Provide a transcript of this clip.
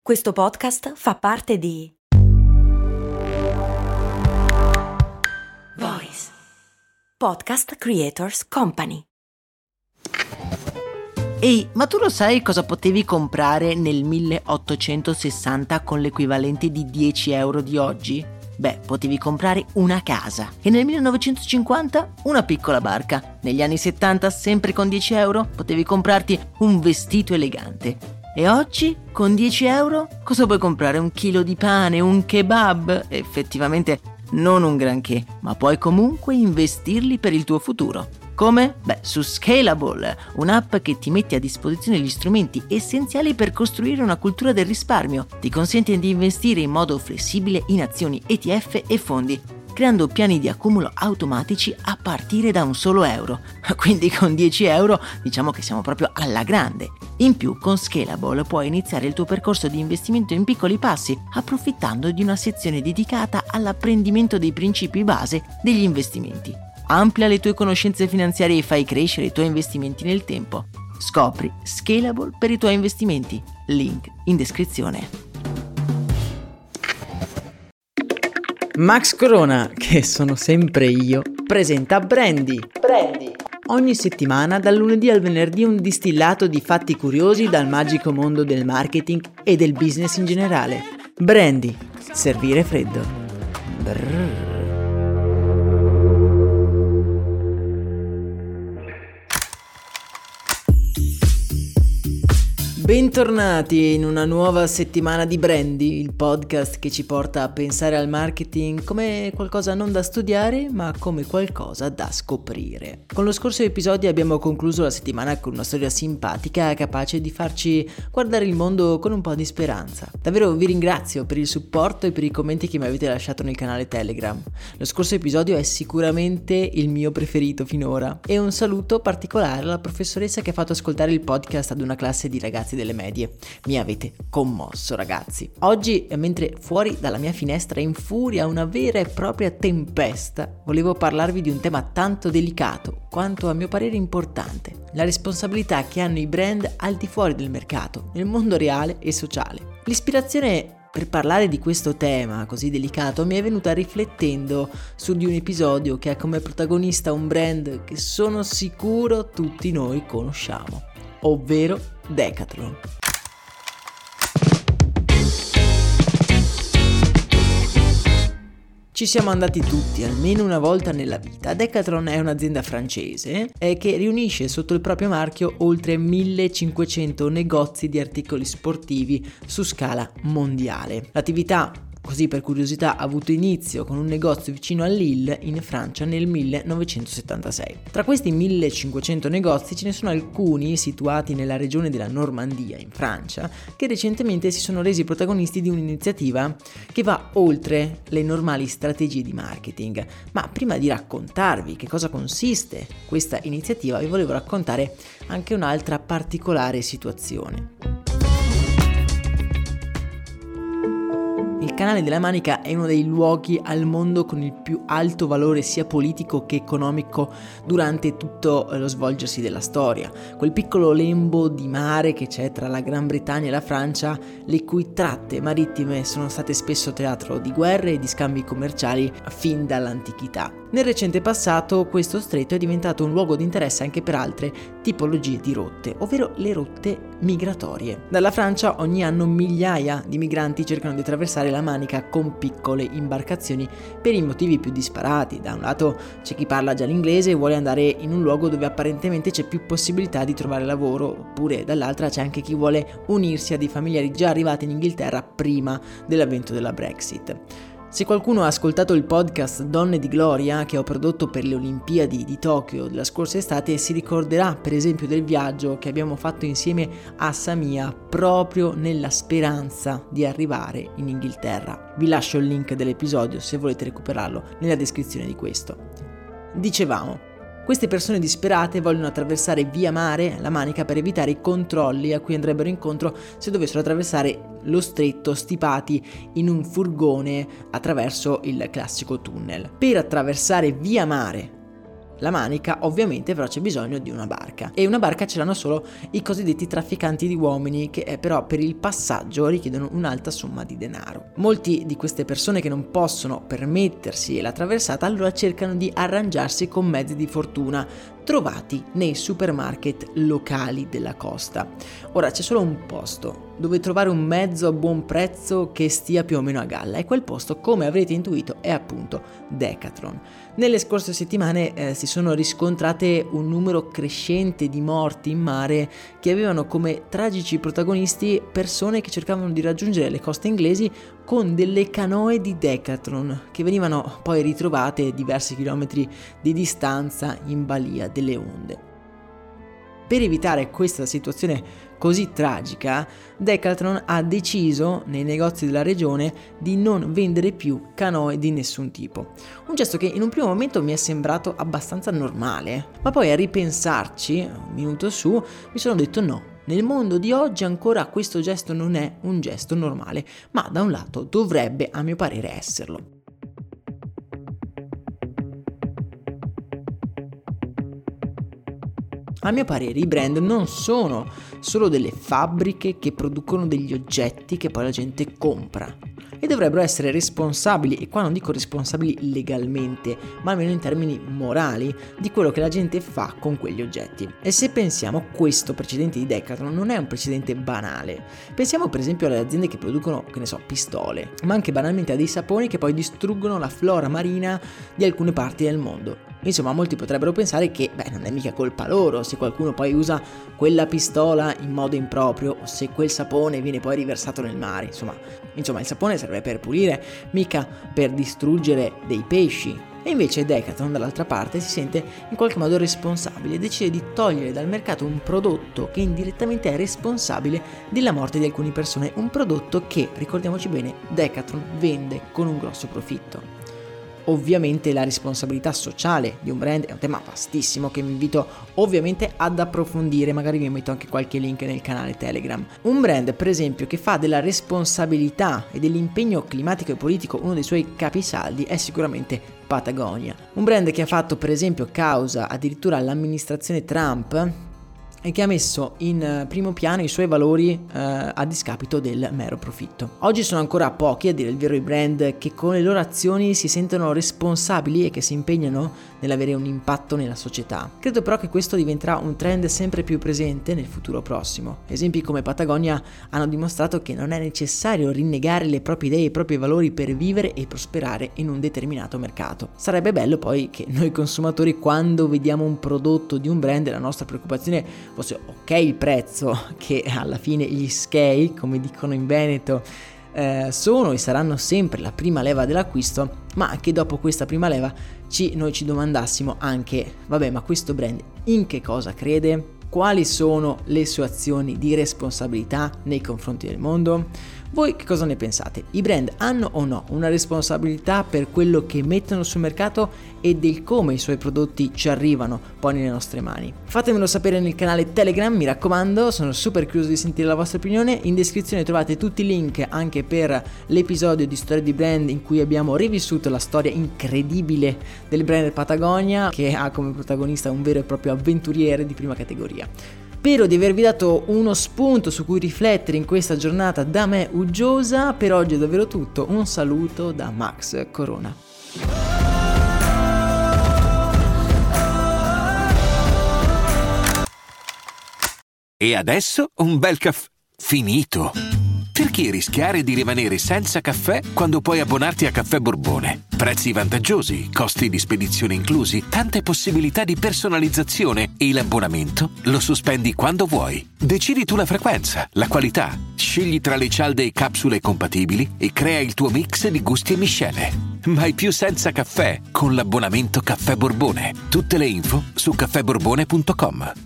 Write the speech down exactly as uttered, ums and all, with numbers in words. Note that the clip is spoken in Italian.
Questo podcast fa parte di Voice Podcast Creators Company. Ehi, ma tu lo sai cosa potevi comprare nel milleottocentosessanta con l'equivalente di dieci euro di oggi? Beh, potevi comprare una casa e nel millenovecentocinquanta una piccola barca. Negli anni settanta, sempre con dieci euro, potevi comprarti un vestito elegante. E oggi, con dieci euro, cosa puoi comprare? Un chilo di pane, un kebab? Effettivamente non un granché, ma puoi comunque investirli per il tuo futuro. Come? Beh, su Scalable, un'app che ti mette a disposizione gli strumenti essenziali per costruire una cultura del risparmio. Ti consente di investire in modo flessibile in azioni, E T F e fondi, creando piani di accumulo automatici a partire da un solo euro. Quindi con dieci euro diciamo che siamo proprio alla grande. In più, con Scalable puoi iniziare il tuo percorso di investimento in piccoli passi, approfittando di una sezione dedicata all'apprendimento dei principi base degli investimenti. Amplia le tue conoscenze finanziarie e fai crescere i tuoi investimenti nel tempo. Scopri Scalable per i tuoi investimenti. Link in descrizione. Max Corona, che sono sempre io, presenta Brandy. Brandy. Ogni settimana, dal lunedì al venerdì, un distillato di fatti curiosi dal magico mondo del marketing e del business in generale. Brandy. Servire freddo. Brrr. Bentornati in una nuova settimana di Brandy, il podcast che ci porta a pensare al marketing come qualcosa non da studiare, ma come qualcosa da scoprire. Con lo scorso episodio abbiamo concluso la settimana con una storia simpatica capace di farci guardare il mondo con un po' di speranza. Davvero vi ringrazio per il supporto e per i commenti che mi avete lasciato nel canale Telegram. Lo scorso episodio è sicuramente il mio preferito finora. E un saluto particolare alla professoressa che ha fatto ascoltare il podcast ad una classe di ragazzi delle medie. Mi avete commosso, ragazzi. Oggi, mentre fuori dalla mia finestra infuria una vera e propria tempesta, volevo parlarvi di un tema tanto delicato quanto a mio parere importante: la responsabilità che hanno i brand al di fuori del mercato, nel mondo reale e sociale. L'ispirazione per parlare di questo tema così delicato mi è venuta riflettendo su di un episodio che ha come protagonista un brand che sono sicuro tutti noi conosciamo, ovvero Decathlon. Ci siamo andati tutti almeno una volta nella vita. Decathlon è un'azienda francese eh, che riunisce sotto il proprio marchio oltre millecinquecento negozi di articoli sportivi su scala mondiale. L'attività, così per curiosità, ha avuto inizio con un negozio vicino a Lille in Francia nel millenovecentosettantasei. Tra questi millecinquecento negozi ce ne sono alcuni situati nella regione della Normandia in Francia che recentemente si sono resi protagonisti di un'iniziativa che va oltre le normali strategie di marketing. Ma prima di raccontarvi che cosa consiste questa iniziativa vi volevo raccontare anche un'altra particolare situazione. Il Canale della Manica è uno dei luoghi al mondo con il più alto valore sia politico che economico durante tutto lo svolgersi della storia. Quel piccolo lembo di mare che c'è tra la Gran Bretagna e la Francia, le cui tratte marittime sono state spesso teatro di guerre e di scambi commerciali fin dall'antichità. Nel recente passato questo stretto è diventato un luogo di interesse anche per altre tipologie di rotte, ovvero le rotte migratorie. Dalla Francia ogni anno migliaia di migranti cercano di attraversare la Manica con piccole imbarcazioni per i motivi più disparati. Da un lato c'è chi parla già l'inglese e vuole andare in un luogo dove apparentemente c'è più possibilità di trovare lavoro, oppure dall'altra c'è anche chi vuole unirsi a dei familiari già arrivati in Inghilterra prima dell'avvento della Brexit. Se qualcuno ha ascoltato il podcast Donne di Gloria che ho prodotto per le Olimpiadi di Tokyo della scorsa estate si ricorderà per esempio del viaggio che abbiamo fatto insieme a Samia proprio nella speranza di arrivare in Inghilterra. Vi lascio il link dell'episodio se volete recuperarlo nella descrizione di questo. Dicevamo, queste persone disperate vogliono attraversare via mare la Manica per evitare i controlli a cui andrebbero incontro se dovessero attraversare lo stretto stipati in un furgone attraverso il classico tunnel. Per attraversare via mare la Manica, ovviamente però c'è bisogno di una barca, e una barca ce l'hanno solo i cosiddetti trafficanti di uomini, che eh, però per il passaggio richiedono un'alta somma di denaro. Molti di queste persone che non possono permettersi la traversata allora cercano di arrangiarsi con mezzi di fortuna trovati nei supermarket locali della costa. Ora c'è solo un posto dove trovare un mezzo a buon prezzo che stia più o meno a galla, e quel posto, come avrete intuito, è appunto Decathlon. Nelle scorse settimane eh, si sono riscontrate un numero crescente di morti in mare che avevano come tragici protagonisti persone che cercavano di raggiungere le coste inglesi con delle canoe di Decathlon che venivano poi ritrovate diversi chilometri di distanza in balia delle onde. Per evitare questa situazione così tragica, Decathlon ha deciso nei negozi della regione di non vendere più canoe di nessun tipo. Un gesto che in un primo momento mi è sembrato abbastanza normale, ma poi a ripensarci, un minuto su, mi sono detto no. Nel mondo di oggi ancora questo gesto non è un gesto normale, ma da un lato dovrebbe, a mio parere, esserlo. A mio parere i brand non sono solo delle fabbriche che producono degli oggetti che poi la gente compra, e dovrebbero essere responsabili, e qua non dico responsabili legalmente, ma almeno in termini morali, di quello che la gente fa con quegli oggetti. E se pensiamo, questo precedente di Decathlon non è un precedente banale. Pensiamo per esempio alle aziende che producono, che ne so, pistole, ma anche banalmente a dei saponi che poi distruggono la flora marina di alcune parti del mondo. Insomma, molti potrebbero pensare che, beh, non è mica colpa loro se qualcuno poi usa quella pistola in modo improprio, o se quel sapone viene poi riversato nel mare. Insomma, insomma il sapone serve per pulire, mica per distruggere dei pesci. E invece Decathlon, dall'altra parte, si sente in qualche modo responsabile e decide di togliere dal mercato un prodotto che indirettamente è responsabile della morte di alcune persone, un prodotto che, ricordiamoci bene, Decathlon vende con un grosso profitto. Ovviamente la responsabilità sociale di un brand è un tema vastissimo che vi invito ovviamente ad approfondire, magari vi metto anche qualche link nel canale Telegram. Un brand per esempio che fa della responsabilità e dell'impegno climatico e politico uno dei suoi capisaldi è sicuramente Patagonia. Un brand che ha fatto per esempio causa addirittura all'amministrazione Trump e che ha messo in primo piano i suoi valori eh, a discapito del mero profitto. Oggi sono ancora pochi, a dire il vero, i brand che con le loro azioni si sentono responsabili e che si impegnano nell'avere un impatto nella società. Credo però che questo diventerà un trend sempre più presente nel futuro prossimo. Esempi come Patagonia hanno dimostrato che non è necessario rinnegare le proprie idee e i propri valori per vivere e prosperare in un determinato mercato. Sarebbe bello poi che noi consumatori, quando vediamo un prodotto di un brand, la nostra preoccupazione fosse ok il prezzo, che alla fine gli skei, come dicono in Veneto, eh, sono e saranno sempre la prima leva dell'acquisto, ma che dopo questa prima leva ci, noi ci domandassimo anche, vabbè, ma questo brand in che cosa crede? Quali sono le sue azioni di responsabilità nei confronti del mondo? Voi che cosa ne pensate? I brand hanno o no una responsabilità per quello che mettono sul mercato e del come i suoi prodotti ci arrivano poi nelle nostre mani? Fatemelo sapere nel canale Telegram, mi raccomando, sono super curioso di sentire la vostra opinione. In descrizione trovate tutti i link anche per l'episodio di Storia di Brand in cui abbiamo rivissuto la storia incredibile del brand Patagonia, che ha come protagonista un vero e proprio avventuriere di prima categoria. Spero di avervi dato uno spunto su cui riflettere in questa giornata da me uggiosa. Per oggi è davvero tutto, un saluto da Max Corona. E adesso un bel caffè finito. Perché rischiare di rimanere senza caffè quando puoi abbonarti a Caffè Borbone? Prezzi vantaggiosi, costi di spedizione inclusi, tante possibilità di personalizzazione e l'abbonamento lo sospendi quando vuoi. Decidi tu la frequenza, la qualità, scegli tra le cialde e capsule compatibili e crea il tuo mix di gusti e miscele. Mai più senza caffè con l'abbonamento Caffè Borbone. Tutte le info su caffè borbone punto com.